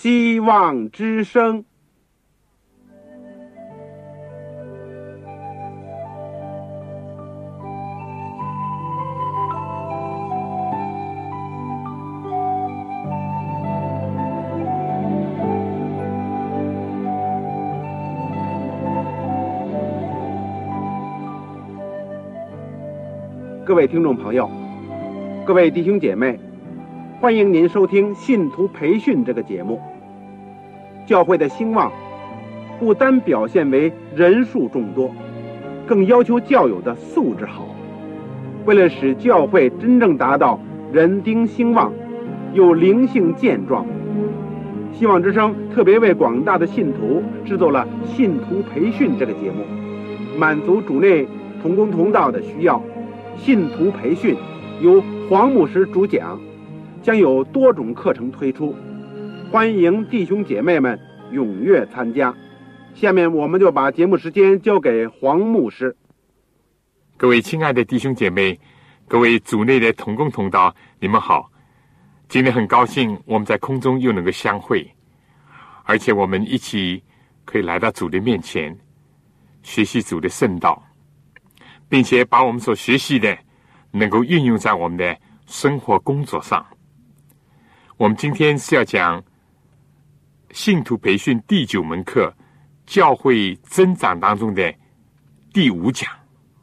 希望之声。各位听众朋友，各位弟兄姐妹，欢迎您收听信徒培训这个节目。教会的兴旺不单表现为人数众多，更要求教友的素质好。为了使教会真正达到人丁兴旺又灵性健壮，希望之声特别为广大的信徒制作了信徒培训这个节目，满足主内同工同道的需要。信徒培训由黄牧师主讲，将有多种课程推出，欢迎弟兄姐妹们踊跃参加。下面我们就把节目时间交给黄牧师。 各位亲爱的弟兄姐妹，各位主内的同工同道，你们好。今天很高兴我们在空中又能够相会，而且我们一起可以来到主的面前，学习主的圣道，并且把我们所学习的能够运用在我们的生活工作上。我们今天是要讲信徒培训第9门课，教会增长当中的第5讲，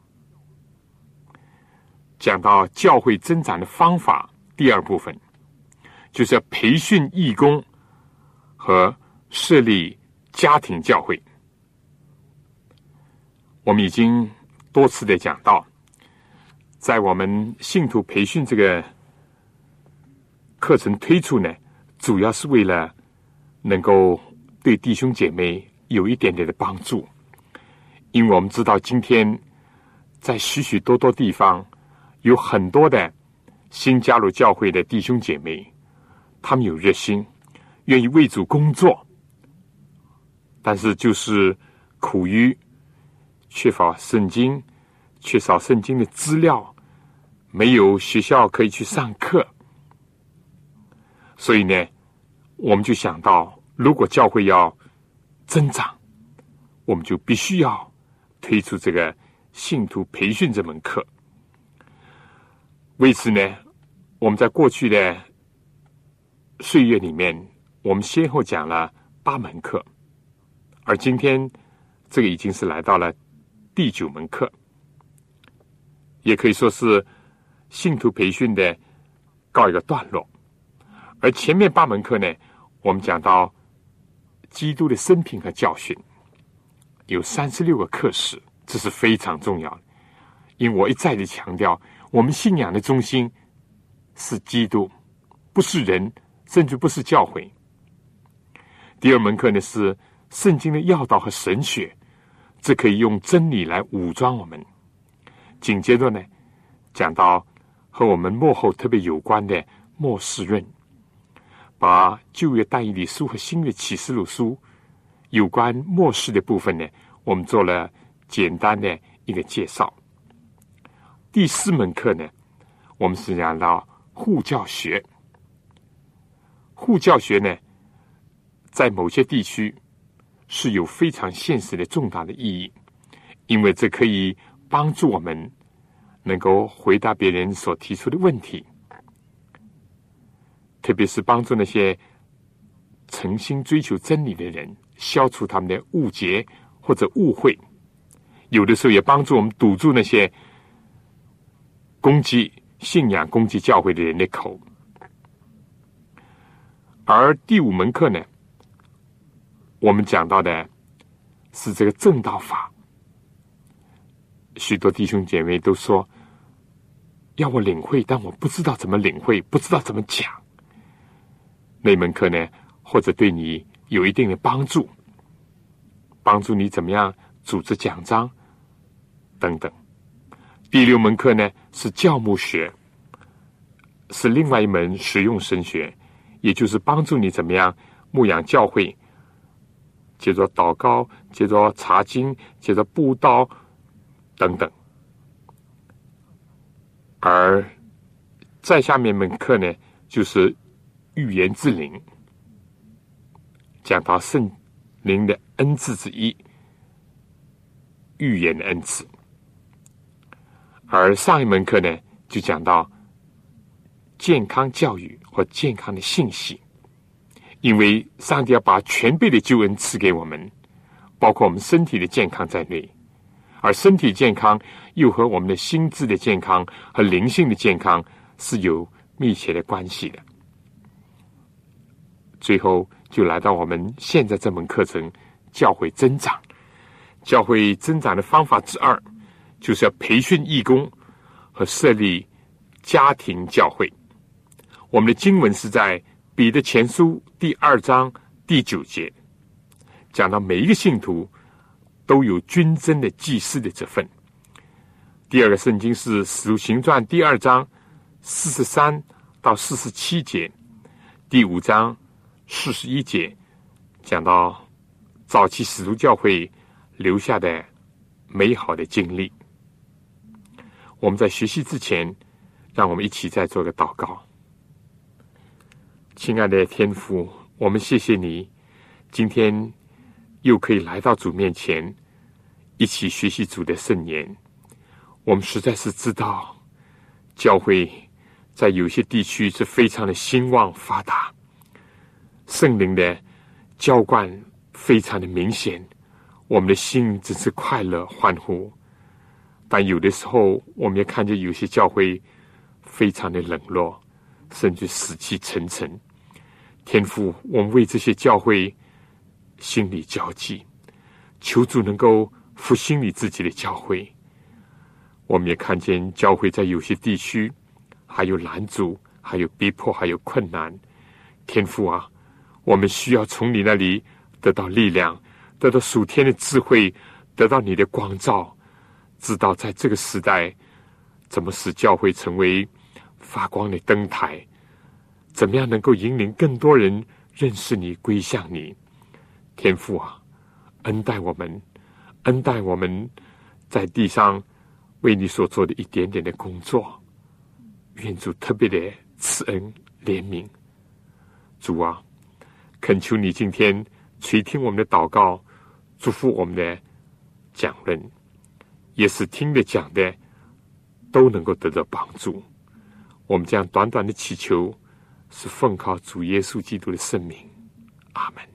讲到教会增长的方法第2部分，就是要培训义工和设立家庭教会。我们已经多次的讲到，在我们信徒培训这个课程推出呢，主要是为了能够对弟兄姐妹有一点点的帮助。因为我们知道今天在许许多多地方有很多的新加入教会的弟兄姐妹，他们有热心，愿意为主工作，但是就是苦于缺乏圣经，缺少圣经的资料，没有学校可以去上课。所以呢，我们就想到，如果教会要增长，我们就必须要推出这个信徒培训这门课。为此呢，我们在过去的岁月里面，我们先后讲了8门课，而今天这个已经是来到了第9门课，也可以说是信徒培训的告一个段落。而前面8门课呢，我们讲到基督的生平和教训，有36个课时，这是非常重要的。因为我一再的强调，我们信仰的中心是基督，不是人，甚至不是教会。第2门课呢，是圣经的要道和神学，这可以用真理来武装我们。紧接着呢，讲到和我们末后特别有关的末世论，把旧约但以理书和新约启示录书有关末世的部分呢，我们做了简单的一个介绍。第4门课呢，我们是讲到护教学。护教学呢，在某些地区是有非常现实的重大的意义，因为这可以帮助我们能够回答别人所提出的问题，特别是帮助那些诚心追求真理的人，消除他们的误解或者误会。有的时候也帮助我们堵住那些攻击信仰、攻击教会的人的口。而第5门课呢，我们讲到的是这个正道法。许多弟兄姐妹都说要我领会，但我不知道怎么领会，不知道怎么讲。那门课呢，或者对你有一定的帮助，帮助你怎么样组织讲章等等。第6门课呢，是教牧学，是另外一门实用神学，也就是帮助你怎么样牧养教会，接着祷告，接着查经，接着布道等等。而在下面门课呢，就是预言之灵。 讲到圣灵的恩赐之一，预言的恩赐。而上一门课呢，就讲到健康教育或健康的信息，因为上帝要把全备的救恩赐给我们，包括我们身体的健康在内，而身体健康又和我们的心智的健康和灵性的健康是有密切的关系的。最后就来到我们现在这门课程，教会增长。教会增长的方法之二，就是要培训义工和设立家庭教会。我们的经文是在彼得前书第2章第9节，讲到每一个信徒都有均真的祭司的这份。第二个圣经是使徒行传第2章43到47节，第5章41节，讲到早期使徒教会留下的美好的经历。我们在学习之前，让我们一起再做个祷告。亲爱的天父，我们谢谢你，今天又可以来到主面前，一起学习主的圣言。我们实在是知道，教会在有些地区是非常的兴旺发达，圣灵的浇灌非常的明显，我们的心真是快乐欢呼。但有的时候，我们也看见有些教会非常的冷落，甚至死气沉沉。天父，我们为这些教会心里焦急，求主能够复兴你自己的教会。我们也看见教会在有些地区还有拦阻，还有逼迫，还有困难。天父啊，我们需要从你那里得到力量，得到属天的智慧，得到你的光照，知道在这个时代怎么使教会成为发光的灯台，怎么样能够引领更多人认识你，归向你。天父啊，恩待我们，恩待我们在地上为你所做的一点点的工作。愿主特别的慈恩怜悯。主啊，恳求你今天垂听我们的祷告，祝福我们的讲论，也使听的讲的都能够得到帮助。我们这样短短的祈求，是奉靠主耶稣基督的圣名，阿门。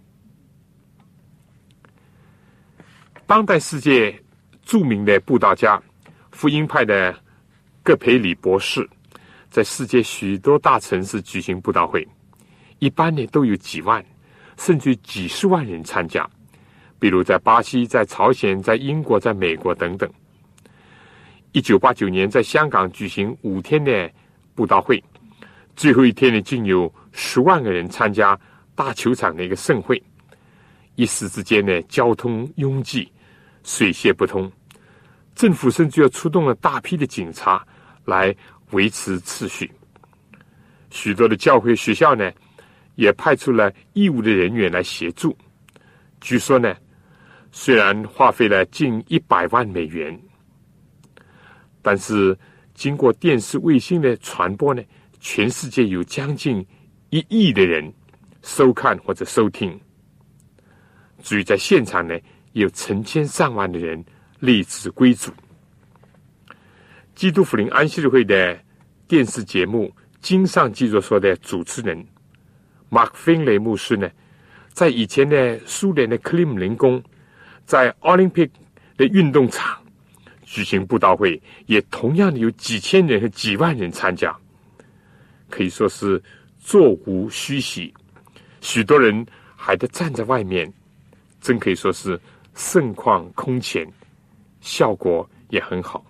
当代世界著名的布道家、福音派的葛培理博士，在世界许多大城市举行布道会，一般呢都有几万甚至几十万人参加，比如在巴西、在朝鲜、在英国、在美国等等。1989年在香港举行5天的布道会，最后一天呢竟有10万个人参加大球场的一个盛会，一时之间呢交通拥挤，水泄不通，政府甚至要出动了大批的警察来维持秩序。许多的教会学校呢也派出了义务的人员来协助。据说呢，虽然花费了近100万美元，但是经过电视卫星的传播呢，全世界有将近1亿的人收看或者收听。至于在现场呢，有成千上万的人立志归主。基督福临安息日会的电视节目《经上记着说》的主持人马克·芬雷牧师呢，在以前的苏联的克里姆林宫，在奥林匹克的运动场举行布道会，也同样的有几千人和几万人参加，可以说是座无虚席，许多人还得站在外面，真可以说是盛况空前，效果也很好。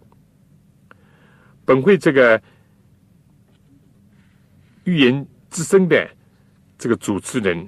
本会这个预言之声的这个主持人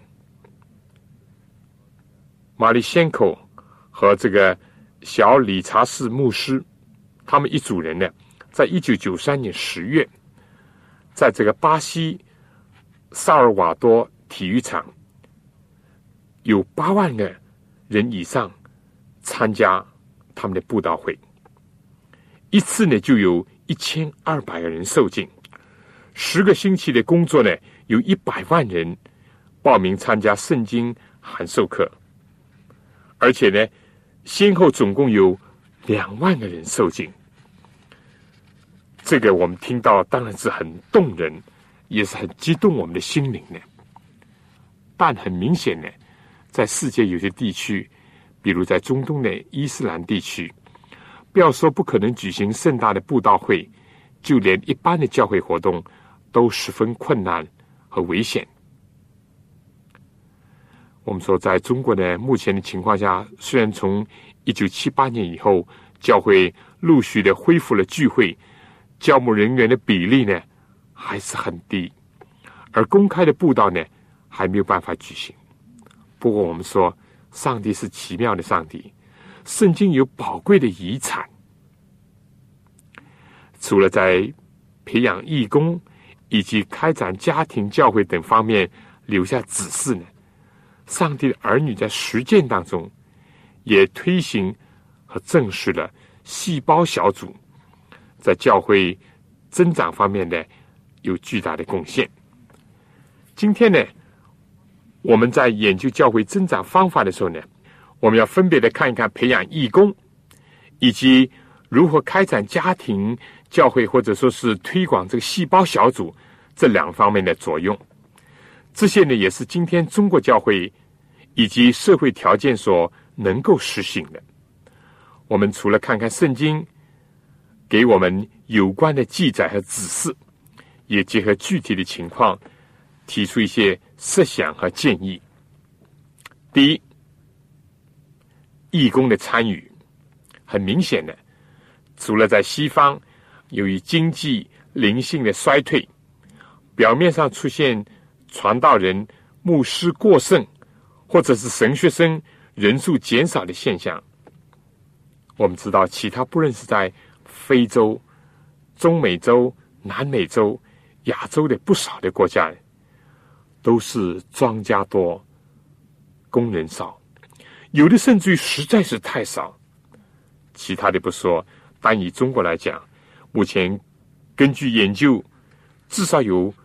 马利先口和这个小理查士牧师，他们一组人呢，在1993年10月，在这个巴西萨尔瓦多体育场，有8万个人以上参加他们的布道会，一次呢就有1200个人受浸，10个星期的工作呢，有100万人报名参加圣经函授课，而且呢，先后总共有2万个人受浸。这个我们听到当然是很动人，也是很激动我们的心灵的。但很明显呢，在世界有些地区，比如在中东的伊斯兰地区，不要说不可能举行盛大的布道会，就连一般的教会活动都十分困难和危险。我们说在中国的目前的情况下，虽然从1978年以后教会陆续的恢复了聚会，教牧人员的比例呢还是很低，而公开的布道呢还没有办法举行。不过我们说上帝是奇妙的上帝，圣经有宝贵的遗产，除了在培养义工以及开展家庭教会等方面留下指示呢，上帝的儿女在实践当中也推行和证实了细胞小组在教会增长方面呢有巨大的贡献。今天呢，我们在研究教会增长方法的时候呢，我们要分别的看一看培养义工以及如何开展家庭教会或者说是推广这个细胞小组这2方面的作用。这些呢也是今天中国教会以及社会条件所能够实行的。我们除了看看圣经给我们有关的记载和指示，也结合具体的情况提出一些设想和建议。第一，义工的参与。很明显的，除了在西方由于经济灵性的衰退，表面上出现传道人牧师过剩或者是神学生人数减少的现象，我们知道其他不论是在非洲、中美洲、南美洲、亚洲的不少的国家，都是庄稼多工人少，有的甚至于实在是太少。其他的不说，单以中国来讲，目前根据研究至少有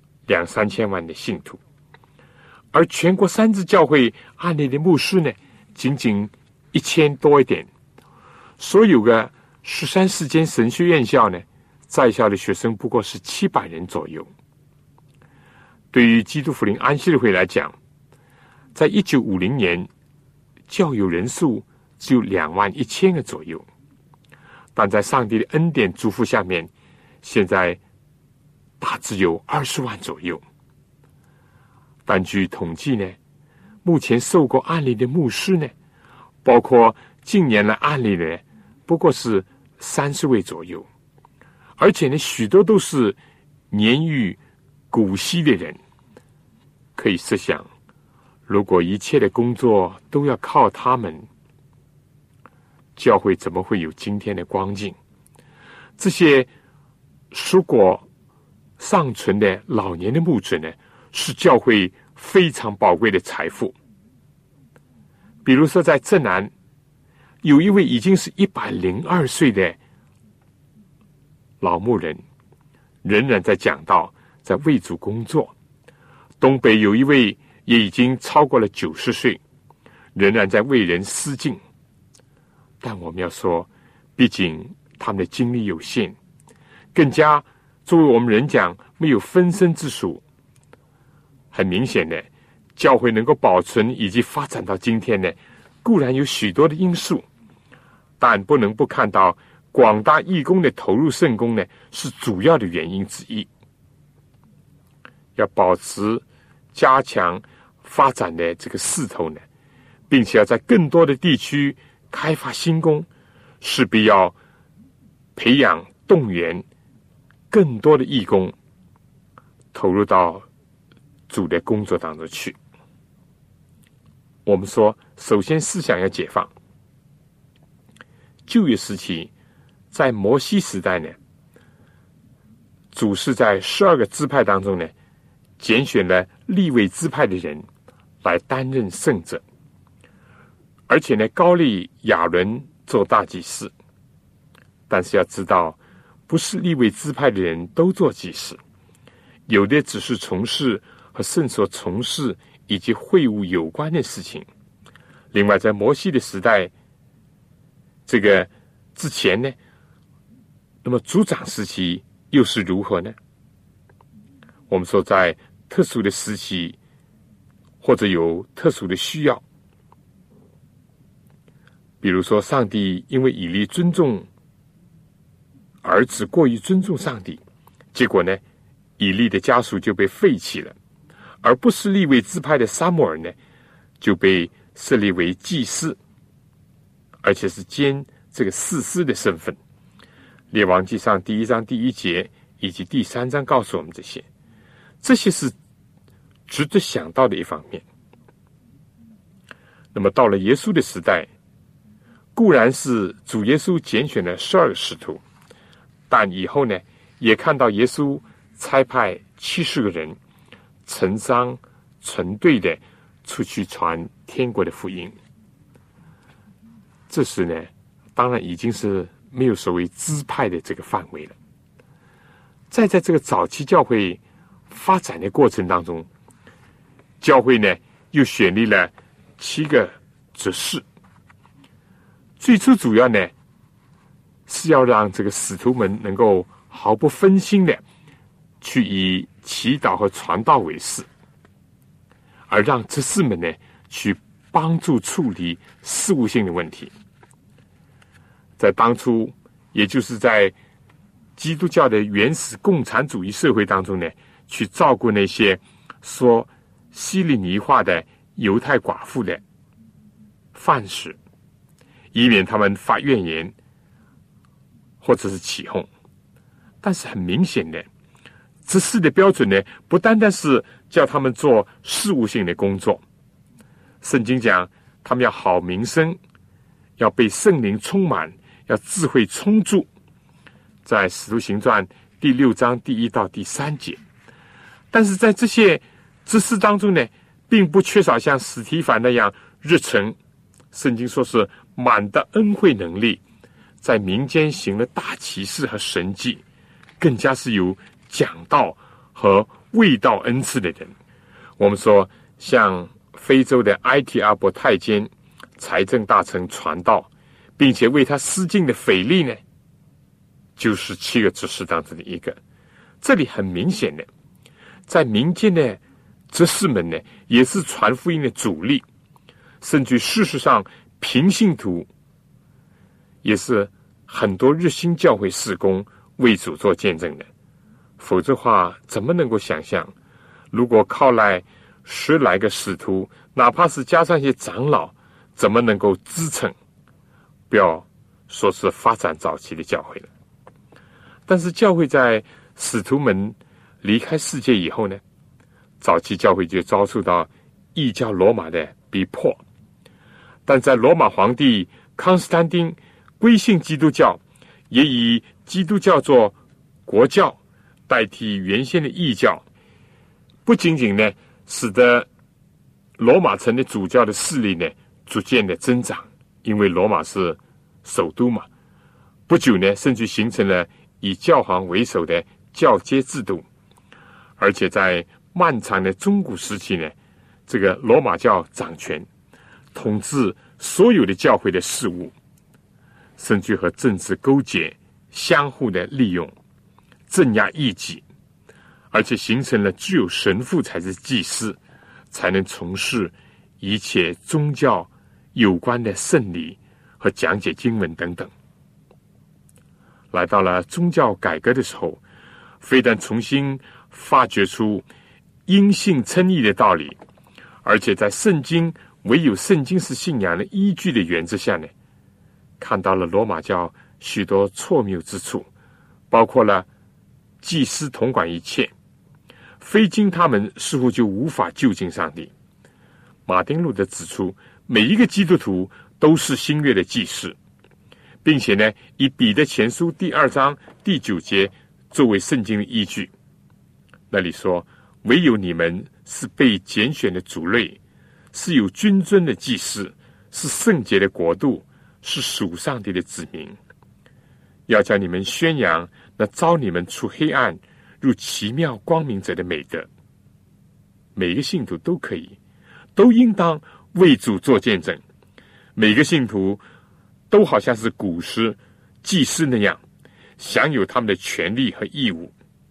2-3千万的信徒，而全国3支教会案例的牧师呢仅仅1000多一点，所有的13-14间神学院校呢，在校的学生不过是700人左右。对于基督福临安息日会来讲，在1950年教友人数只有21000个左右，但在上帝的恩典祝福下面，现在大致有20万左右。但据统计呢，目前受过案例的牧师呢，包括近年来案例呢，不过是30位左右，而且呢，许多都是年逾古稀的人。可以设想，如果一切的工作都要靠他们，教会怎么会有今天的光景？这些蔬果尚存的老年的牧者呢，是教会非常宝贵的财富。比如说在浙南，有一位已经是102岁的老牧人，仍然在讲道，在为主工作。东北有一位也已经超过了90岁，仍然在为人施敬。但我们要说，毕竟他们的精力有限，更加作为我们人讲，没有分身之术。很明显的，教会能够保存以及发展到今天呢，固然有许多的因素，但不能不看到广大义工的投入圣工呢，是主要的原因之一。要保持、加强、发展的这个势头呢，并且要在更多的地区开发新工，势必要培养、动员更多的义工投入到主的工作当中去。我们说，首先思想要解放。旧约时期，在摩西时代呢，主是在12个支派当中呢，拣选了利未支派的人来担任圣者，而且呢，高立亚伦做大祭司。但是要知道，不是利未支派的人都做祭司，有的只是从事和圣所从事以及会务有关的事情。另外，在摩西的时代，这个之前呢，那么族长时期又是如何呢？我们说，在特殊的时期，或者有特殊的需要，比如说，上帝因为以利尊重儿子过于尊重上帝，结果呢，以利的家属就被废弃了，而不是利未支派的撒母耳呢，就被设立为祭司，而且是兼这个士师的身份。列王纪上第1章第1节以及第3章告诉我们这些是值得想到的一方面。那么到了耶稣的时代，固然是主耶稣拣选了12个使徒，但以后呢，也看到耶稣差派70个人成双成对的出去传天国的福音。这时呢，当然已经是没有所谓支派的这个范围了。在这个早期教会发展的过程当中，教会呢又选立了7个执事。最初主要呢是要让这个使徒们能够毫不分心的去以祈祷和传道为事，而让执事们呢去帮助处理事务性的问题。在当初，也就是在基督教的原始共产主义社会当中呢，去照顾那些说希利尼话的犹太寡妇的范式，以免他们发怨言或者是起哄。但是很明显的，执事的标准呢，不单单是叫他们做事务性的工作。圣经讲他们要好名声，要被圣灵充满，要智慧充足，在使徒行传第6章第1到第3节。但是在这些执事当中呢，并不缺少像史提反那样热诚，圣经说是满的恩惠能力，在民间行了大奇事和神迹，更加是有讲道和卫道恩赐的人。我们说，像非洲的埃提阿伯太监财政大臣传道，并且为他施敬的腓力呢，就是7个执事当中的一个。这里很明显的，在民间的执事们呢，也是传福音的主力，甚至事实上平信徒也是很多日新教会事工为主做见证的。否则的话，怎么能够想象，如果靠来10来个使徒，哪怕是加上一些长老，怎么能够支撑？不要说是发展早期的教会了。但是教会在使徒们离开世界以后呢，早期教会就遭受到异教罗马的逼迫。但在罗马皇帝康斯坦丁归信基督教，也以基督教做国教，代替原先的异教，不仅仅呢使得罗马城的主教的势力呢逐渐的增长，因为罗马是首都嘛。不久呢，甚至形成了以教皇为首的教阶制度。而且在漫长的中古时期呢，这个罗马教掌权，统治所有的教会的事务，甚至和政治勾结，相互的利用，镇压异己，而且形成了只有神父才是祭司，才能从事一切宗教有关的圣礼和讲解经文等等。来到了宗教改革的时候，非但重新发掘出因信称义的道理，而且在圣经唯有圣经是信仰的依据的原则下呢，看到了罗马教许多错谬之处，包括了祭司统管一切，非经他们似乎就无法就近上帝。马丁路德指出，每一个基督徒都是新约的祭司，并且呢，以彼得前书第2章第9节作为圣经的依据。那里说，唯有你们是被拣选的族类，是有君尊的祭司，是圣洁的国度，是属上帝的子民，要叫你们宣扬那召你们出黑暗入奇妙光明者的美德。每一个信徒都可以都应当为主做见证。每个信徒都好像是古时祭司那样，享有他们的权利和义务。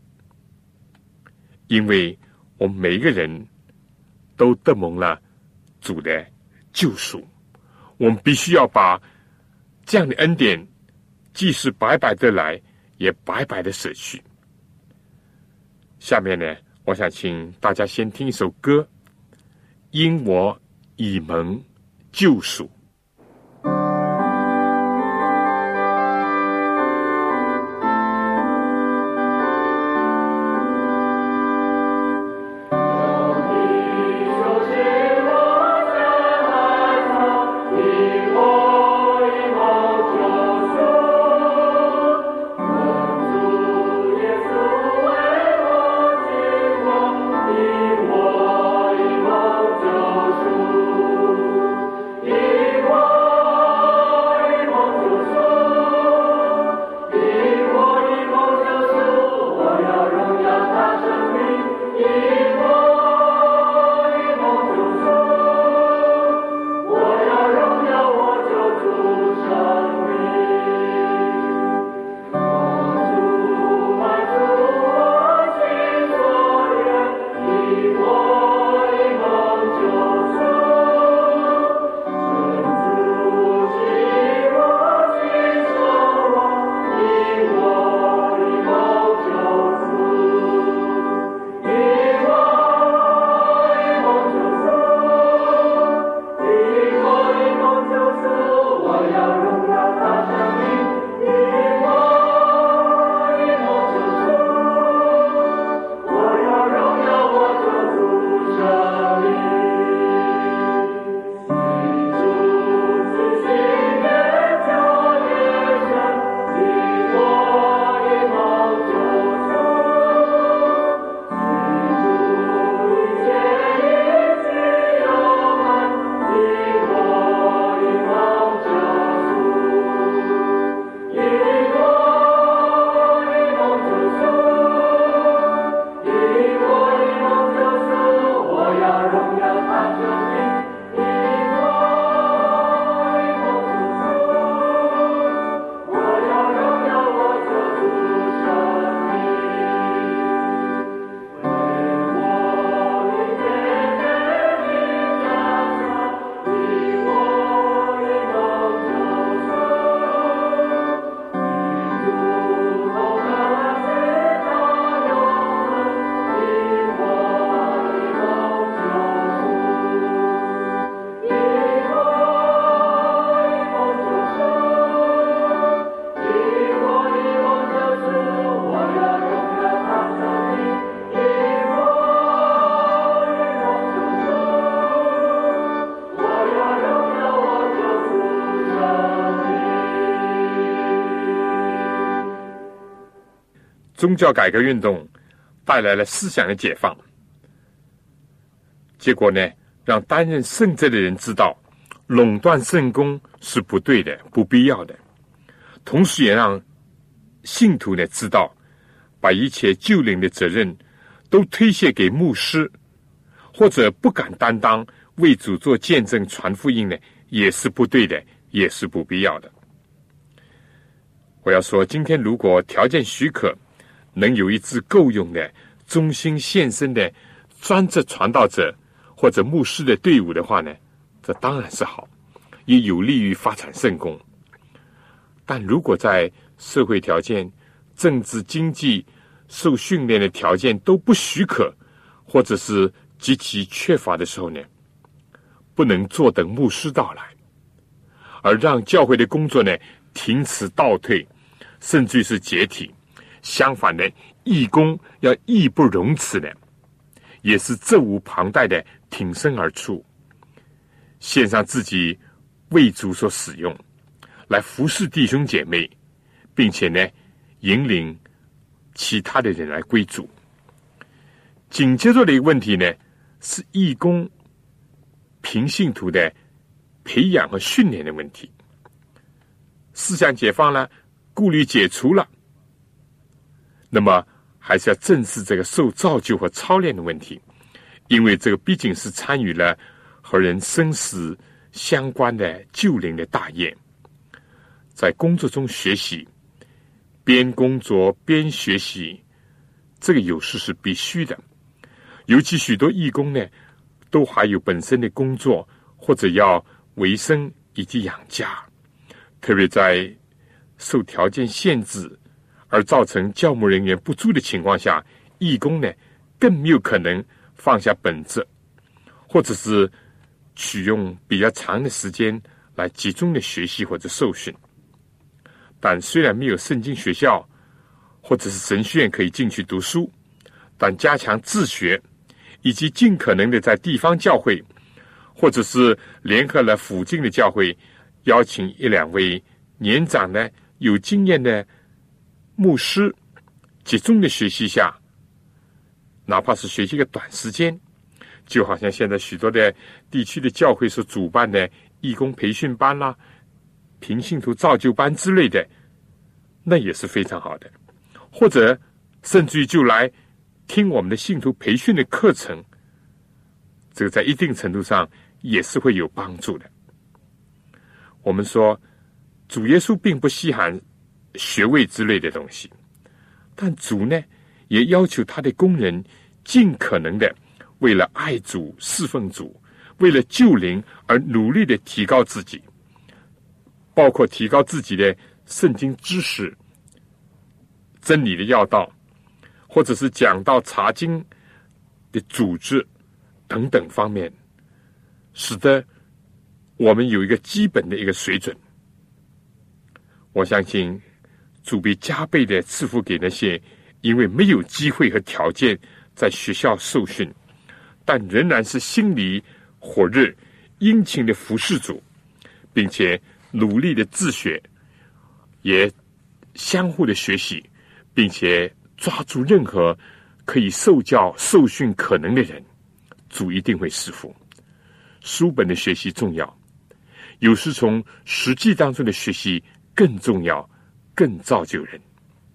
因为我们每一个人都得蒙了主的救赎，我们必须要把这样的恩典既是白白的来，也白白的舍去。下面呢，我想请大家先听一首歌，因我已蒙救赎。宗教改革运动带来了思想的解放，结果呢，让担任圣职的人知道垄断圣工是不对的、不必要的，同时也让信徒呢知道，把一切救灵的责任都推卸给牧师，或者不敢担当为主做见证传福音呢，也是不对的，也是不必要的。我要说，今天如果条件许可，能有一支够用的、忠心献身的专职传道者或者牧师的队伍的话呢，这当然是好，也有利于发展圣工。但如果在社会条件、政治、经济、受训练的条件都不许可，或者是极其缺乏的时候呢，不能坐等牧师到来，而让教会的工作呢停止倒退，甚至是解体。相反的，义工要义不容辞的，也是责无旁贷的挺身而出，献上自己为主所使用，来服侍弟兄姐妹，并且呢，引领其他的人来归主。紧接着的一个问题呢，是义工平信徒的培养和训练的问题。思想解放了，顾虑解除了，那么还是要正视这个受造就和操练的问题，因为这个毕竟是参与了和人生死相关的救灵的大业。在工作中学习，边工作边学习，这个有时是必须的。尤其许多义工呢，都还有本身的工作，或者要维生以及养家。特别在受条件限制而造成教牧人员不足的情况下，义工呢更没有可能放下本职，或者是取用比较长的时间来集中的学习或者受训。但虽然没有圣经学校或者是神学院可以进去读书，但加强自学，以及尽可能的在地方教会或者是联合了附近的教会，邀请一两位年长的有经验的牧师，集中的学习下，哪怕是学习一个短时间，就好像现在许多的地区的教会所主办的义工培训班啦、平信徒造就班之类的，那也是非常好的。或者甚至于就来听我们的信徒培训的课程，这个在一定程度上也是会有帮助的。我们说主耶稣并不稀罕学位之类的东西，但主呢也要求他的工人尽可能的为了爱主、侍奉主，为了救灵而努力的提高自己，包括提高自己的圣经知识、真理的要道，或者是讲道查经的组织等等方面，使得我们有一个基本的一个水准。我相信主必加倍的赐福给那些因为没有机会和条件在学校受训，但仍然是心里火热、殷勤的服侍主，并且努力的自学，也相互的学习，并且抓住任何可以受教受训可能的人，主一定会赐福。书本的学习重要，有时从实际当中的学习更重要，更造就人。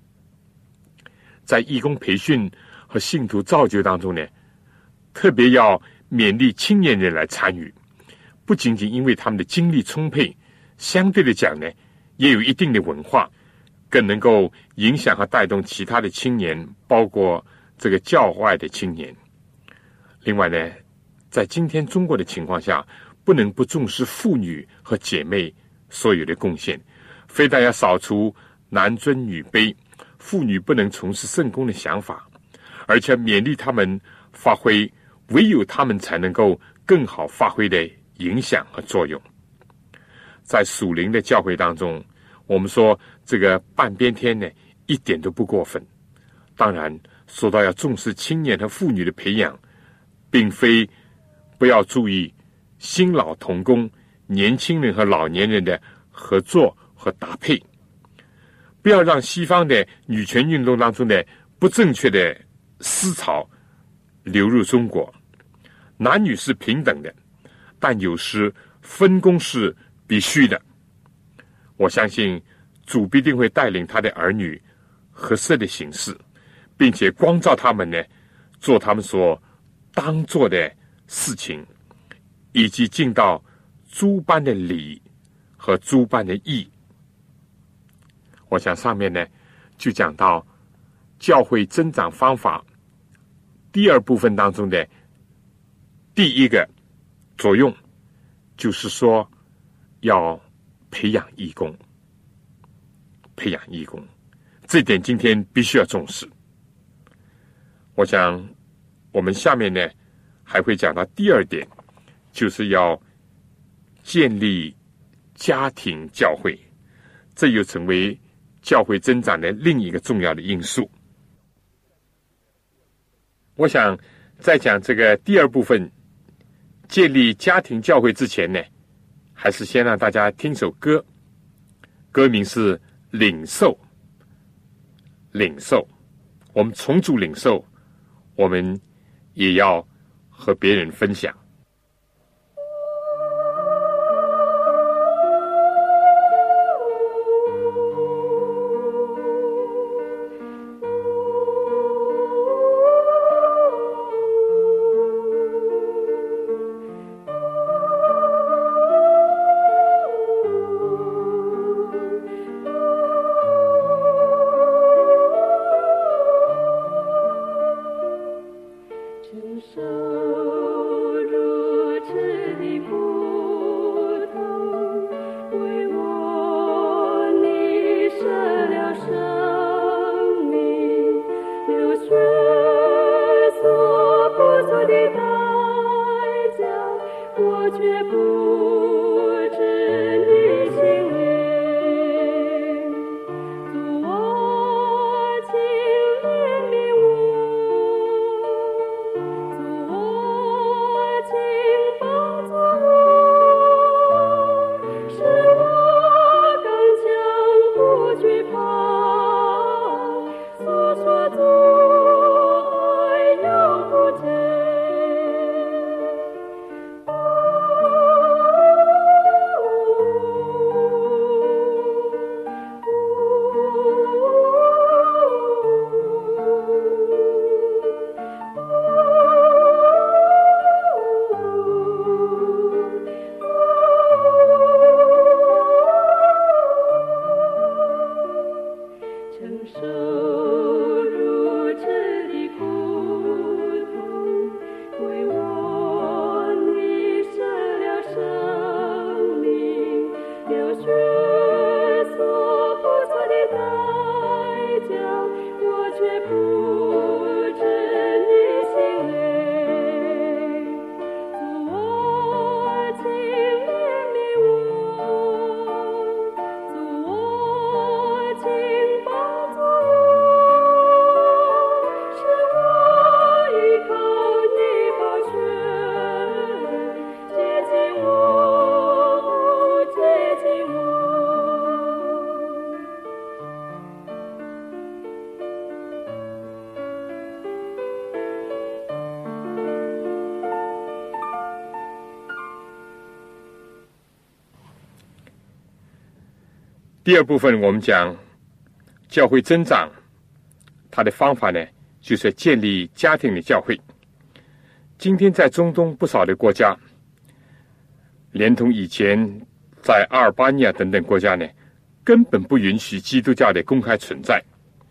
在义工培训和信徒造就当中呢，特别要勉励青年人来参与，不仅仅因为他们的精力充沛，相对的讲呢，也有一定的文化，更能够影响和带动其他的青年，包括这个教外的青年。另外呢，在今天中国的情况下，不能不重视妇女和姐妹所有的贡献，非但要扫除男尊女卑、妇女不能从事圣工的想法，而且勉励他们发挥唯有他们才能够更好发挥的影响和作用。在属灵的教会当中，我们说这个半边天呢，一点都不过分。当然说到要重视青年和妇女的培养，并非不要注意新老同工、年轻人和老年人的合作和搭配，不要让西方的女权运动当中的不正确的思潮流入中国。男女是平等的，但有时分工是必须的。我相信主必定会带领他的儿女合适的行事，并且光照他们呢，做他们所当做的事情，以及尽到诸般的礼和诸般的义。我想上面呢就讲到教会增长方法第二部分当中的第一个作用，就是说要培养义工。培养义工，这点今天必须要重视。我想我们下面呢还会讲到第二点，就是要建立家庭教会，这又成为教会增长的另一个重要的因素。我想在讲这个第二部分建立家庭教会之前呢，还是先让大家听首歌，歌名是领受。领受，我们从主领受，我们也要和别人分享。 第二部分我们讲教会增长，它的方法呢，就是建立家庭的教会。今天在中东不少的国家，连同以前在阿尔巴尼亚等等国家呢，根本不允许基督教的公开存在。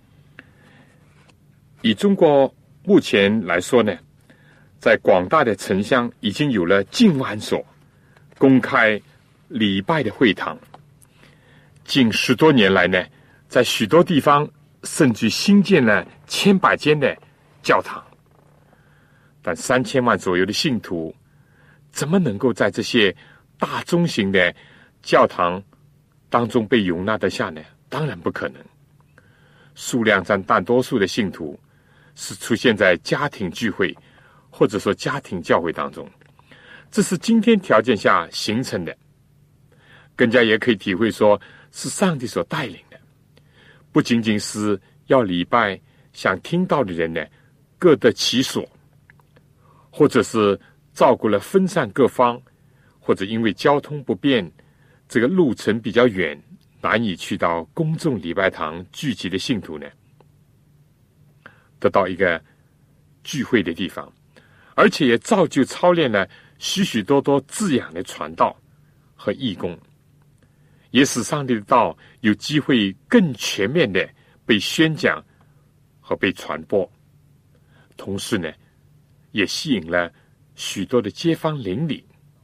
以中国目前来说呢，在广大的城乡已经有了禁庵所、公开礼拜的会堂。近10多年来呢，在许多地方甚至新建了千百间的教堂。但3000万左右的信徒，怎么能够在这些大中型的教堂当中被容纳得下呢？当然不可能。数量占大多数的信徒是出现在家庭聚会或者说家庭教会当中，这是今天条件下形成的。更加也可以体会说，是上帝所带领的，不仅仅是要礼拜想听到的人呢各得其所，或者是照顾了分散各方，或者因为交通不便，这个路程比较远，难以去到公众礼拜堂聚集的信徒呢，得到一个聚会的地方，而且也造就操练了许许多多滋养的传道和义工，也使上帝的道有机会更全面的被宣讲和被传播。同时呢，也吸引了许多的街坊邻里。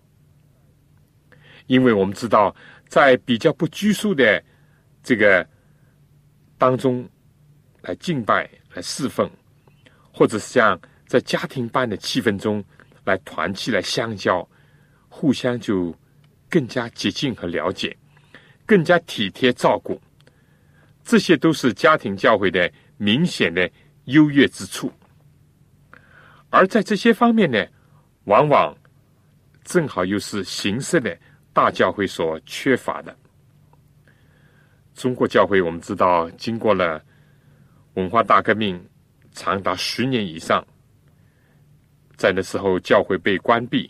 因为我们知道，在比较不拘束的这个当中来敬拜、来侍奉，或者是像在家庭般的气氛中来团契、来相交，互相就更加接近和了解，更加体贴照顾，这些都是家庭教会的明显的优越之处。而在这些方面呢，往往正好又是形式的大教会所缺乏的。中国教会我们知道，经过了文化大革命长达10年以上，在那时候教会被关闭。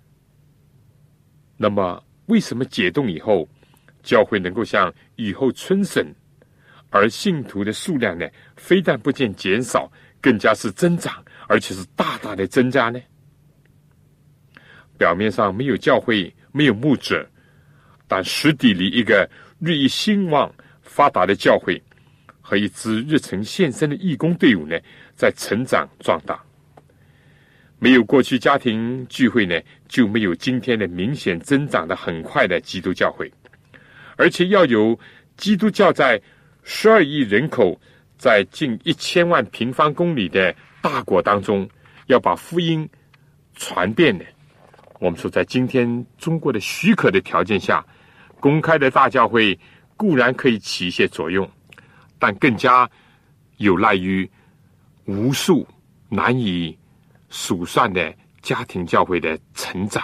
那么为什么解冻以后，教会能够像雨后春笋，而信徒的数量呢，非但不见减少，更加是增长，而且是大大的增加呢？表面上没有教会，没有牧者，但实底里一个日益兴旺发达的教会和一支日程献身的义工队伍呢，在成长壮大。没有过去家庭聚会呢，就没有今天的明显增长的很快的基督教会。而且要有基督教在12亿人口，在近1000万平方公里的大国当中，要把福音传遍呢， 我们说，在今天中国的许可的条件下，公开的大教会固然可以起一些作用，但更加有赖于无数难以数算的家庭教会的成长。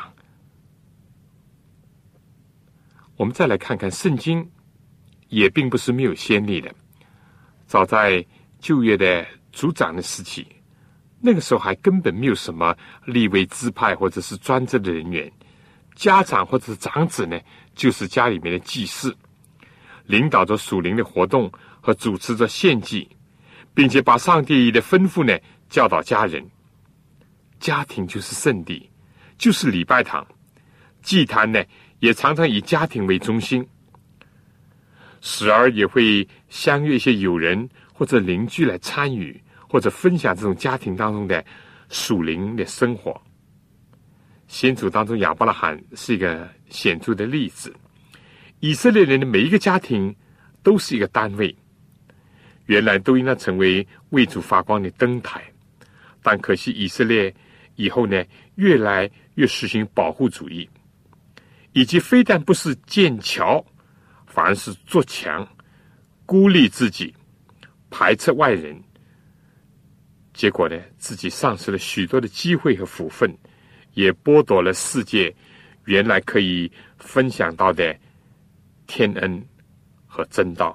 我们再来看看圣经，也并不是没有先例的。早在旧约的族长的时期，那个时候还根本没有什么利未支派或者是专职的人员，家长或者是长子呢，就是家里面的祭司，领导着属灵的活动和主持着献祭，并且把上帝的吩咐呢教导家人。家庭就是圣地，就是礼拜堂，祭坛呢也常常以家庭为中心，时而也会相约一些友人或者邻居来参与或者分享这种家庭当中的属灵的生活。先祖当中亚伯拉罕是一个显著的例子。以色列人的每一个家庭都是一个单位，原来都应当成为为主发光的灯台，但可惜以色列以后呢，越来越实行保护主义，以及非但不是建桥，反而是筑墙，孤立自己，排斥外人。结果呢，自己丧失了许多的机会和福分，也剥夺了世界原来可以分享到的天恩和真道。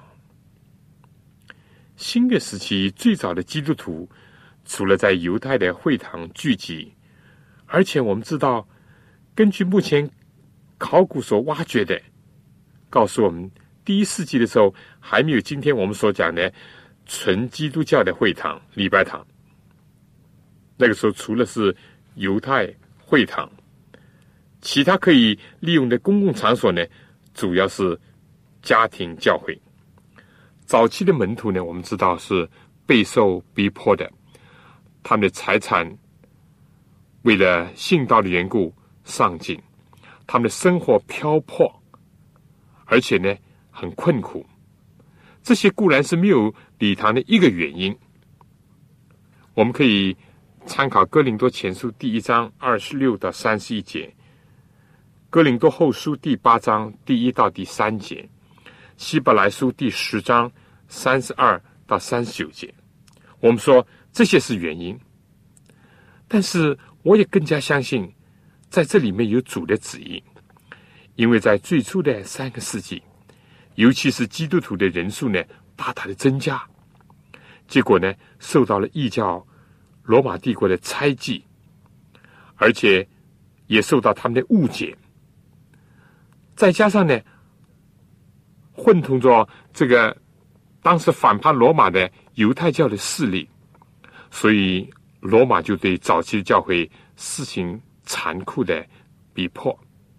新约时期最早的基督徒，除了在犹太的会堂聚集，而且我们知道，根据目前考古所挖掘的，告诉我们，第一世纪的时候还没有今天我们所讲的纯基督教的会堂、礼拜堂。那个时候除了是犹太会堂，其他可以利用的公共场所呢，主要是家庭教会。早期的门徒呢，我们知道是备受逼迫的，他们的财产为了信道的缘故丧尽，他们的生活漂泊，而且呢很困苦。这些固然是没有礼堂的一个原因。我们可以参考哥林多前书第1章26到31节，哥林多后书第8章第1到第3节，希伯来书第10章32到39节。我们说这些是原因，但是我也更加相信在这里面有主的旨意。因为在最初的3个世纪，尤其是基督徒的人数呢大大的增加，结果呢受到了异教罗马帝国的猜忌，而且也受到他们的误解，再加上呢混同着这个当时反叛罗马的犹太教的势力，所以罗马就对早期的教会实行残酷的逼迫。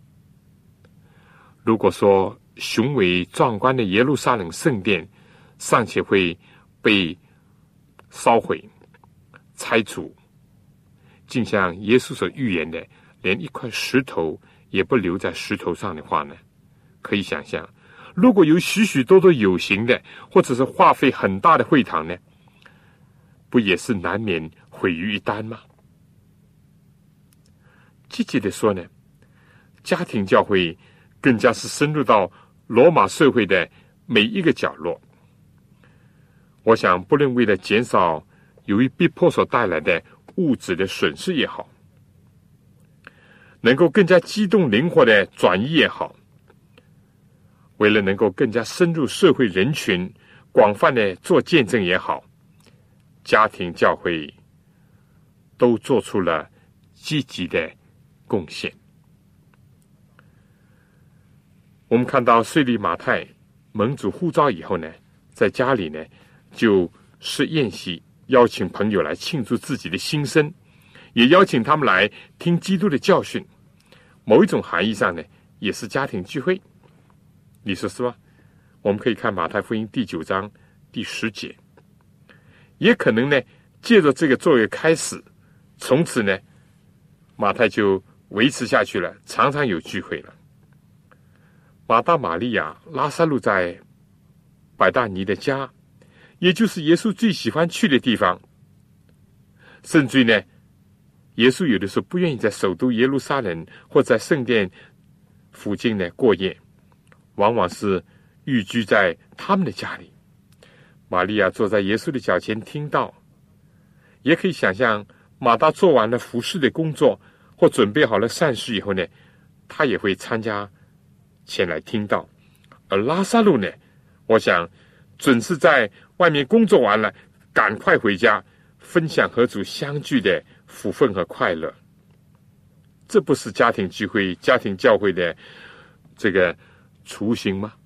如果说雄伟壮观的耶路撒冷圣殿尚且会被烧毁拆除，竟像耶稣所预言的，连一块石头也不留在石头上的话呢，可以想象，如果有许许多多有形的或者是花费很大的会堂呢，不也是难免毁于一旦吗？积极的说呢，家庭教会更加是深入到罗马社会的每一个角落。我想不论为了减少由于逼迫所带来的物质的损失也好，能够更加机动灵活的转移也好，为了能够更加深入社会人群，广泛的做见证也好，家庭教会都做出了积极的贡献。我们看到税吏马太蒙主呼召以后呢，在家里呢就设宴席，邀请朋友来庆祝自己的新生，也邀请他们来听基督的教训。某一种含义上呢，也是家庭聚会，你说是吧？我们可以看马太福音第9章第10节，也可能呢借着这个作为开始，从此呢马太就维持下去了，常常有聚会了。马大、玛利亚、拉撒路在百大尼的家，也就是耶稣最喜欢去的地方，甚至于呢耶稣有的时候不愿意在首都耶路撒冷或在圣殿附近呢过夜，往往是寓居在他们的家里。玛利亚坐在耶稣的脚前听到，也可以想象马大做完了服侍的工作或准备好了善事以后呢，他也会参加前来听到。而拉撒路呢，我想准是在外面工作完了，赶快回家分享和主相聚的福分和快乐。这不是家庭聚会、家庭教会的这个雏形吗？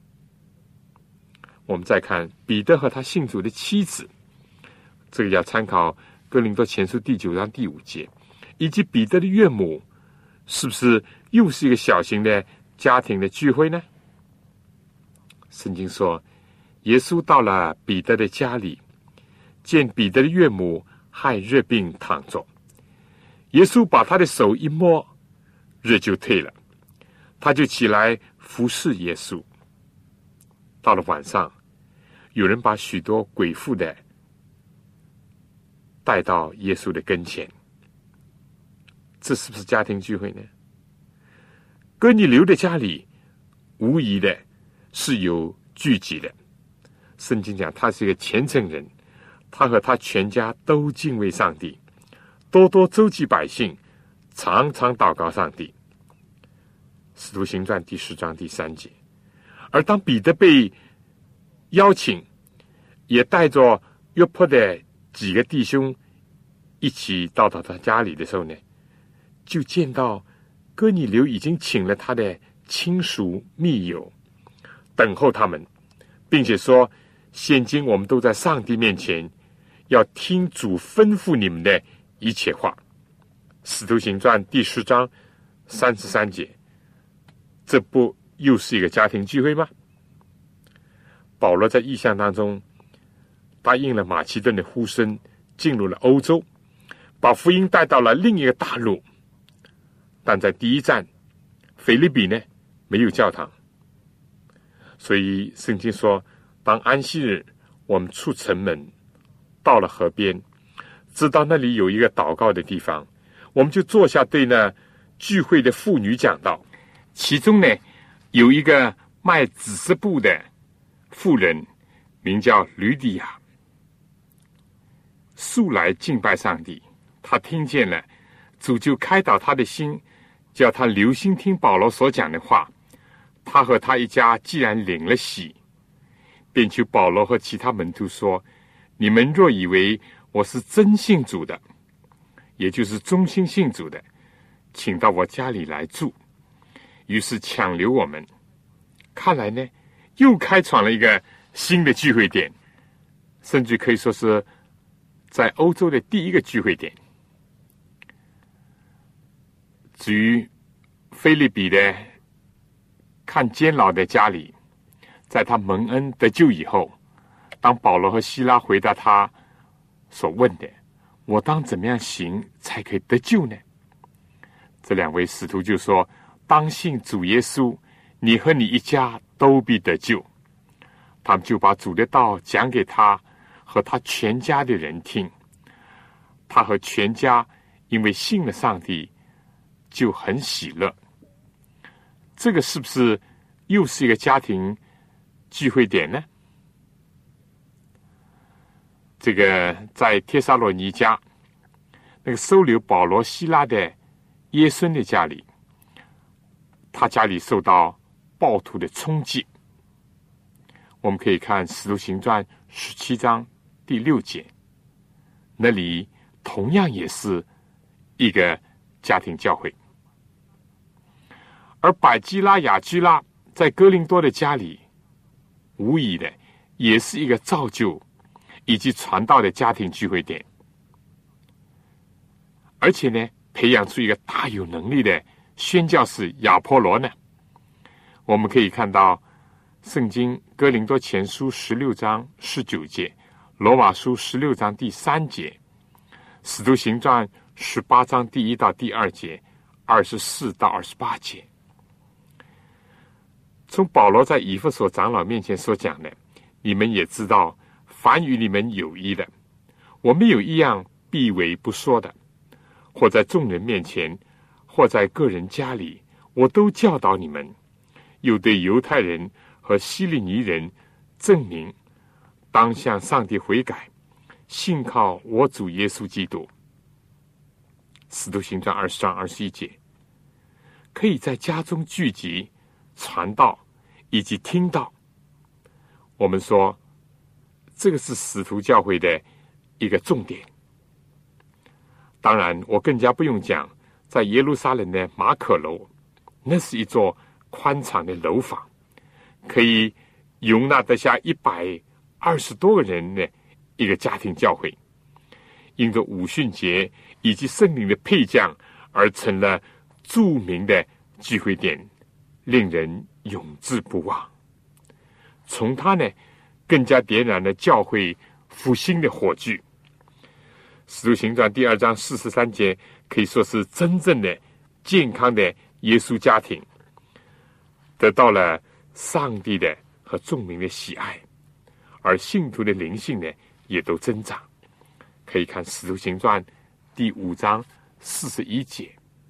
我们再看彼得和他信主的妻子，这个要参考哥林多前书第9章第5节，以及彼得的岳母，是不是又是一个小型的家庭的聚会呢？圣经说，耶稣到了彼得的家里，见彼得的岳母害热病躺着，耶稣把他的手一摸，热就退了，他就起来服侍耶稣。到了晚上，有人把许多鬼妇的带到耶稣的跟前。这是不是家庭聚会呢？哥尼流的家里无疑的是有聚集的。圣经讲他是一个虔诚人，他和他全家都敬畏上帝，多多周济百姓，常常祷告上帝。使徒行传第10章第3节。而当彼得被邀请，也带着约伯的几个弟兄一起到他家里的时候呢，就见到哥尼流已经请了他的亲属密友等候他们，并且说，现今我们都在上帝面前，要听主吩咐你们的一切话。使徒行传第10章33节。这不又是一个家庭聚会吗？保罗在异象当中答应了马其顿的呼声，进入了欧洲，把福音带到了另一个大陆。但在第一站腓立比呢，没有教堂。所以圣经说，当安息日我们出城门，到了河边，知道那里有一个祷告的地方，我们就坐下对那聚会的妇女讲道。其中呢，有一个卖紫色布的妇人，名叫吕底亚，素来敬拜上帝。他听见了，主就开导他的心，叫他留心听保罗所讲的话。他和他一家既然领了洗，便求保罗和其他门徒说，你们若以为我是真信主的，也就是忠心信主的，请到我家里来住。于是强留我们。看来呢，又开创了一个新的聚会点，甚至可以说是在欧洲的第一个聚会点。至于腓立比的看监牢的家里，在他蒙恩得救以后，当保罗和希拉回答他所问的，我当怎么样行才可以得救呢？这两位使徒就说，当信主耶稣，你和你一家都必得救。他们就把主的道讲给他和他全家的人听。他和全家因为信了上帝，就很喜乐。这个是不是又是一个家庭聚会点呢？这个在帖撒罗尼迦那个收留保罗希拉的耶孙的家里，他家里受到暴徒的冲击。我们可以看《使徒行传》17章第6节，那里同样也是一个家庭教会。而百基拉、雅居拉在哥林多的家里，无疑的也是一个造就以及传道的家庭聚会点。而且呢，培养出一个大有能力的宣教士亚波罗呢，我们可以看到圣经哥林多前书16章19节，罗马书16章第3节，使徒行传18章第1到第2节，24到28节。从保罗在以弗所长老面前所讲的，你们也知道，凡与你们有益的，我没有一样避讳不说的， 或在众人面前，或在个人家里，我都教导你们，又对犹太人和希利尼人证明，当向上帝悔改，信靠我主耶稣基督。使徒行传20章21节，可以在家中聚集传道以及听道。我们说这个是使徒教会的一个重点。当然我更加不用讲，在耶路撒冷的马可楼，那是一座宽敞的楼房，可以容纳得下120多个人的一个家庭教会，因着五旬节以及圣灵的配降而成了著名的聚会点，令人永志不忘。从他呢，更加点燃了教会复兴的火炬。使徒行传第2章43节可以说是真正的健康的耶稣家庭，得到了上帝的和众民的喜爱，而信徒的灵性呢也都增长。可以看使徒行传第5章41节。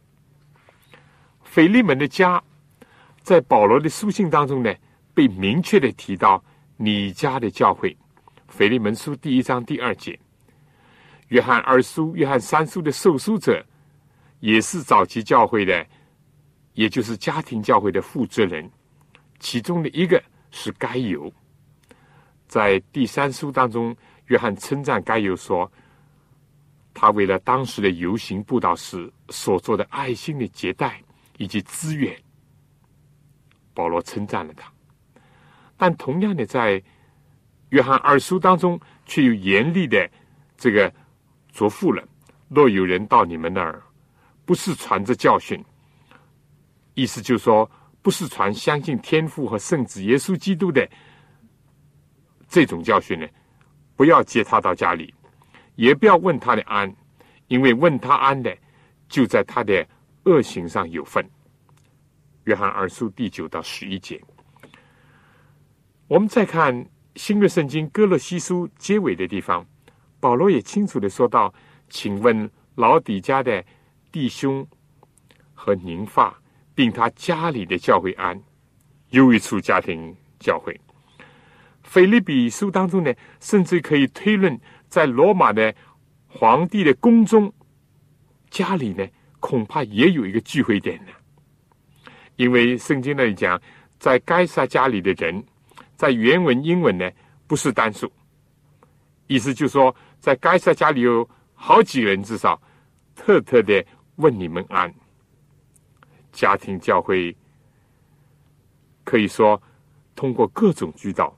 腓利门的家在保罗的书信当中呢，被明确的提到你家的教会。腓利门书第1章第2节。约翰2书、约翰3书的受书者，也是早期教会的，也就是家庭教会的负责人，其中的一个是该犹。在第3书当中，约翰称赞该犹说，他为了当时的游行布道士所做的爱心的接待以及资源，保罗称赞了他。但同样的，在约翰2书当中，却有严厉的这个嘱咐了：若有人到你们那儿，不是传着教训，意思就是说，不是传相信天父和圣子耶稣基督的这种教训呢，不要接他到家里，也不要问他的安，因为问他安的，就在他的恶行上有份。约翰2书第9到11节。我们再看新约圣经哥罗西书结尾的地方，保罗也清楚地说到，请问老底家的弟兄和宁发，并他家里的教会安。又一处家庭教会。腓立比书当中呢，甚至可以推论，在罗马的皇帝的宫中家里呢，恐怕也有一个聚会点呢。因为圣经那里讲，在该撒家里的人，在原文英文呢不是单数，意思就是说，在该撒家里有好几个人，至少特的问你们安。家庭教会可以说通过各种渠道，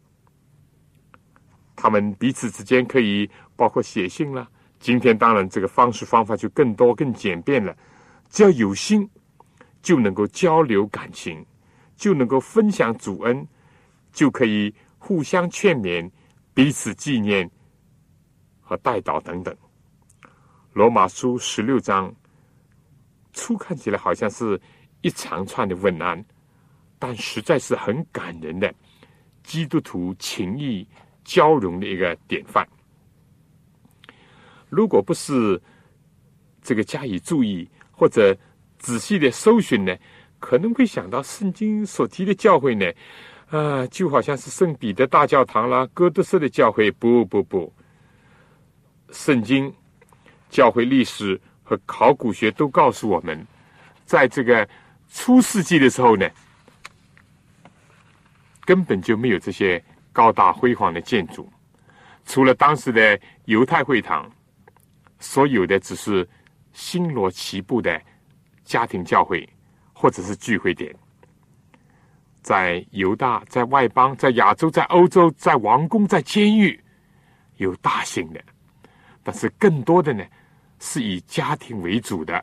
他们彼此之间可以包括写信了。今天当然这个方式方法就更多更简便了，只要有心就能够交流感情，就能够分享主恩，就可以互相劝勉，彼此纪念和代祷等等。罗马书16章初看起来好像是一长串的问安，但实在是很感人的基督徒情谊交融的一个典范。如果不是这个加以注意或者仔细的搜寻呢，可能会想到圣经所提的教会呢，就好像是圣彼得大教堂啦、哥德式的教会。不，圣经、教会历史和考古学都告诉我们，在这个初世纪的时候呢，根本就没有这些高大辉煌的建筑，除了当时的犹太会堂，所有的只是星罗棋布的家庭教会或者是聚会点。在犹大、在外邦、在亚洲、在欧洲、在王宫、在监狱，有大型的，但是更多的呢，是以家庭为主的，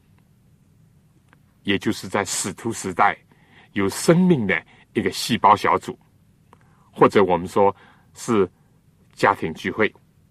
也就是在使徒时代有生命的一个细胞小组，或者我们说是家庭聚会。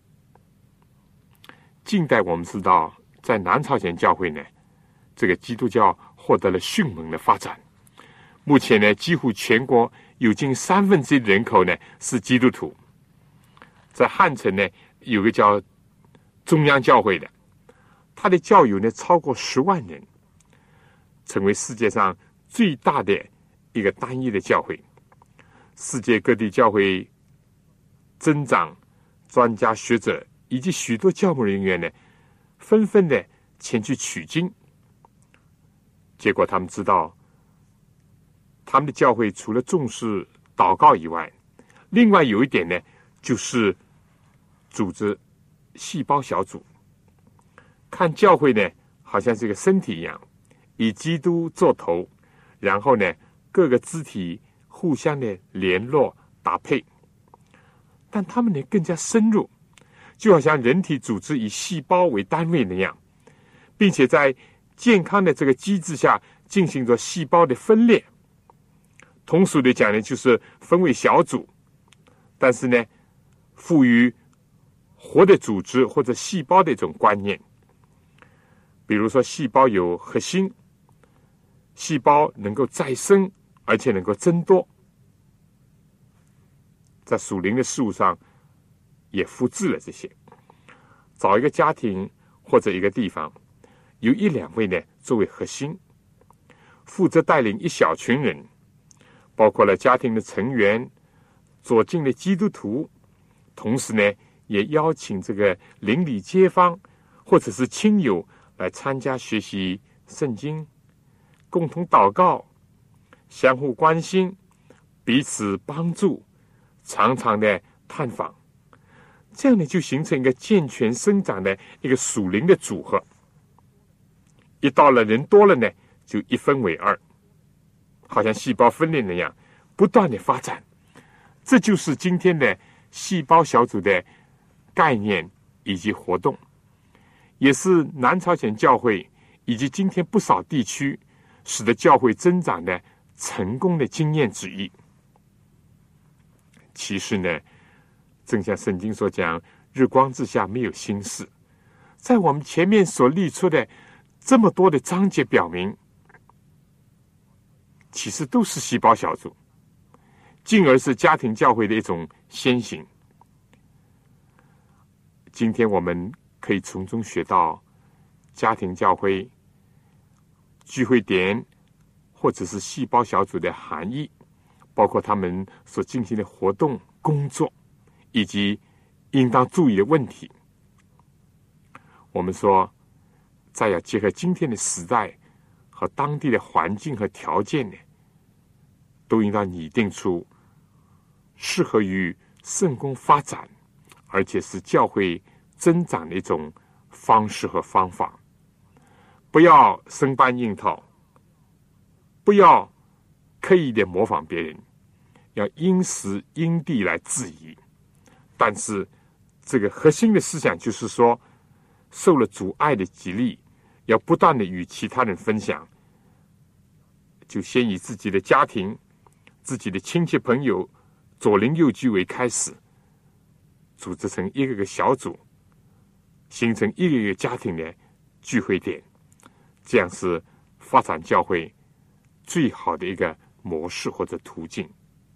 近代我们知道，在南朝鲜教会呢，这个基督教获得了迅猛的发展。目前呢，几乎全国有近1/3的人口呢是基督徒。在汉城呢，有个叫中央教会的， 他的教友呢超过10万人，成为世界上最大的一个单一的教会。世界各地教会增长、专家学者以及许多教牧人员呢，纷纷的前去取经。结果他们知道，他们的教会除了重视祷告以外，另外有一点呢，就是组织细胞小组。看教会呢，好像是一个身体一样，以基督做头，然后呢，各个肢体互相的联络搭配。但他们呢更加深入，就好像人体组织以细胞为单位那样，并且在健康的这个机制下进行着细胞的分裂。通俗的讲呢，就是分为小组，但是呢，赋予活的组织或者细胞的一种观念。比如说，细胞有核心，细胞能够再生，而且能够增多。在属灵的事物上也复制了这些。找一个家庭或者一个地方，有1、2位呢作为核心，负责带领一小群人，包括了家庭的成员、左近的基督徒，同时呢也邀请这个邻里街坊或者是亲友来参加学习圣经，共同祷告，相互关心，彼此帮助，常常的探访。这样呢就形成一个健全生长的一个属灵的组合。一到了人多了呢，就一分为二，好像细胞分裂那样不断的发展。这就是今天的细胞小组的概念以及活动，也是南朝鲜教会以及今天不少地区使得教会增长的成功的经验之一。其实呢，正像圣经所讲，日光之下没有新事。在我们前面所列出的这么多的章节表明，其实都是细胞小组，进而是家庭教会的一种先行。今天我们可以从中学到家庭教会、聚会点或者是细胞小组的含义，包括他们所进行的活动、工作，以及应当注意的问题。我们说，再要结合今天的时代和当地的环境和条件呢，都应当拟定出适合于圣工发展，而且是教会增长的一种方式和方法。不要生搬硬套，不要刻意的模仿别人，要因时因地来质疑。但是这个核心的思想就是说，受了主爱的激励，要不断的与其他人分享，就先以自己的家庭、自己的亲戚朋友左邻右居为开始，组织成一个个小组，形成一个个家庭的聚会点，这样是发展教会最好的一个模式或者途径。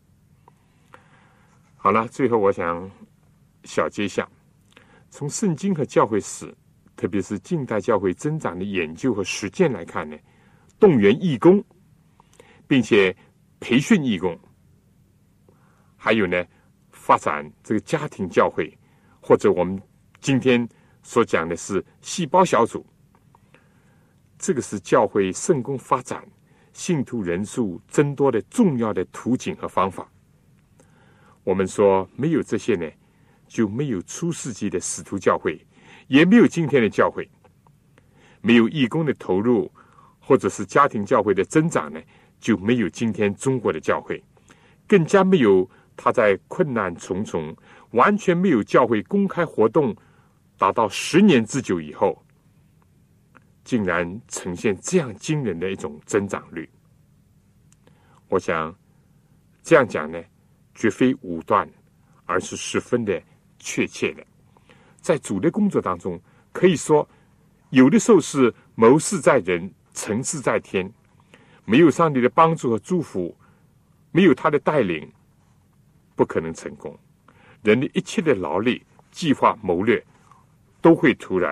好了，最后我想小结一下，从圣经和教会史，特别是近代教会增长的研究和实践来看呢，动员义工，并且培训义工，还有呢，发展这个家庭教会，或者我们今天所讲的是细胞小组，这个是教会圣工发展、信徒人数增多的重要的途径和方法。我们说没有这些呢，就没有初世纪的使徒教会，也没有今天的教会。没有义工的投入，或者是家庭教会的增长呢，就没有今天中国的教会，更加没有他在困难重重、完全没有教会公开活动达到10年之久以后，竟然呈现这样惊人的一种增长率。我想这样讲呢，绝非武断，而是十分的确切的。在主的工作当中，可以说有的时候是谋事在人，成事在天。没有上帝的帮助和祝福，没有他的带领，不可能成功。人的一切的劳力、计划、谋略，都会突然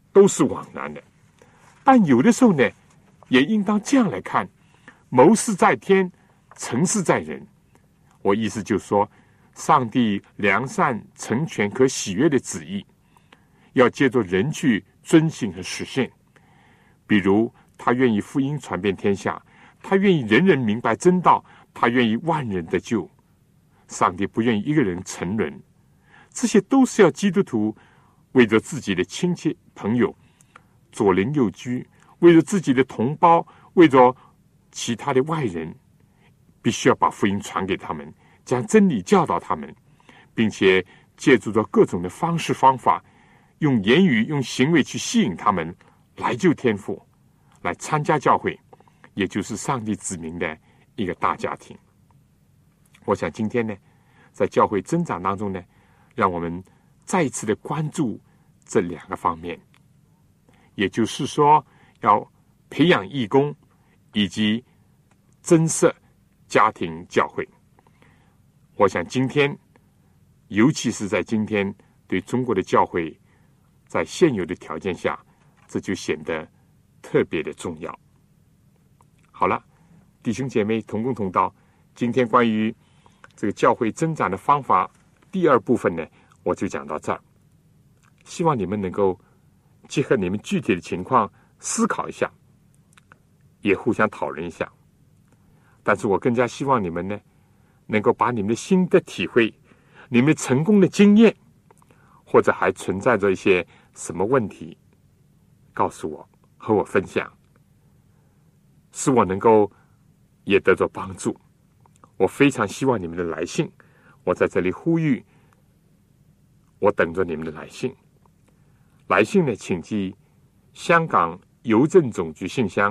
都是枉然的。但有的时候呢，也应当这样来看：谋事在天，成事在人。我意思就是说，上帝良善、成全和喜悦的旨意，要借着人去遵行和实现。比如，他愿意福音传遍天下，他愿意人人明白真道，他愿意万人得救。上帝不愿意一个人沉沦，这些都是要基督徒为着自己的亲戚朋友左邻右居，为着自己的同胞，为着其他的外人，必须要把福音传给他们，将真理教导他们，并且借助着各种的方式方法，用言语用行为去吸引他们来救天父，来参加教会，也就是上帝子民的一个大家庭。我想今天呢，在教会增长当中呢，让我们再一次的关注这两个方面，也就是说，要培养义工以及增设家庭教会。我想今天，尤其是在今天，对中国的教会，在现有的条件下，这就显得特别的重要。好了，弟兄姐妹同工同道，今天关于这个教会增长的方法第二部分呢，我就讲到这儿。希望你们能够结合你们具体的情况思考一下，也互相讨论一下。但是我更加希望你们呢，能够把你们的心得体会，你们成功的经验，或者还存在着一些什么问题，告诉我，和我分享，使我能够也得到帮助。我非常希望你们的来信，我在这里呼吁，我等着你们的来信。来信呢，请寄香港邮政总局信箱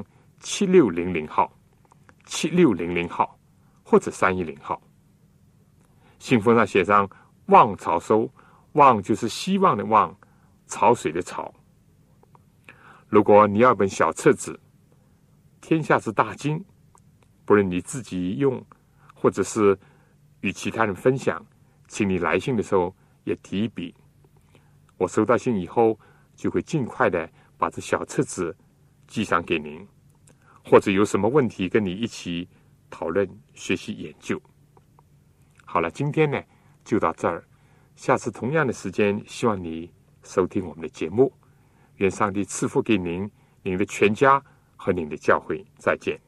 7600号7600号或者310号。信封上写上望潮收，望就是希望的望，潮水的潮。如果你要本小册子，天下之大经，不论你自己用或者是与其他人分享，请你来信的时候也提一笔。我收到信以后，就会尽快的把这小册子寄上给您，或者有什么问题跟你一起讨论、学习、研究。好了，今天呢就到这儿，下次同样的时间，希望你收听我们的节目。愿上帝赐福给您、您的全家和您的教会。再见。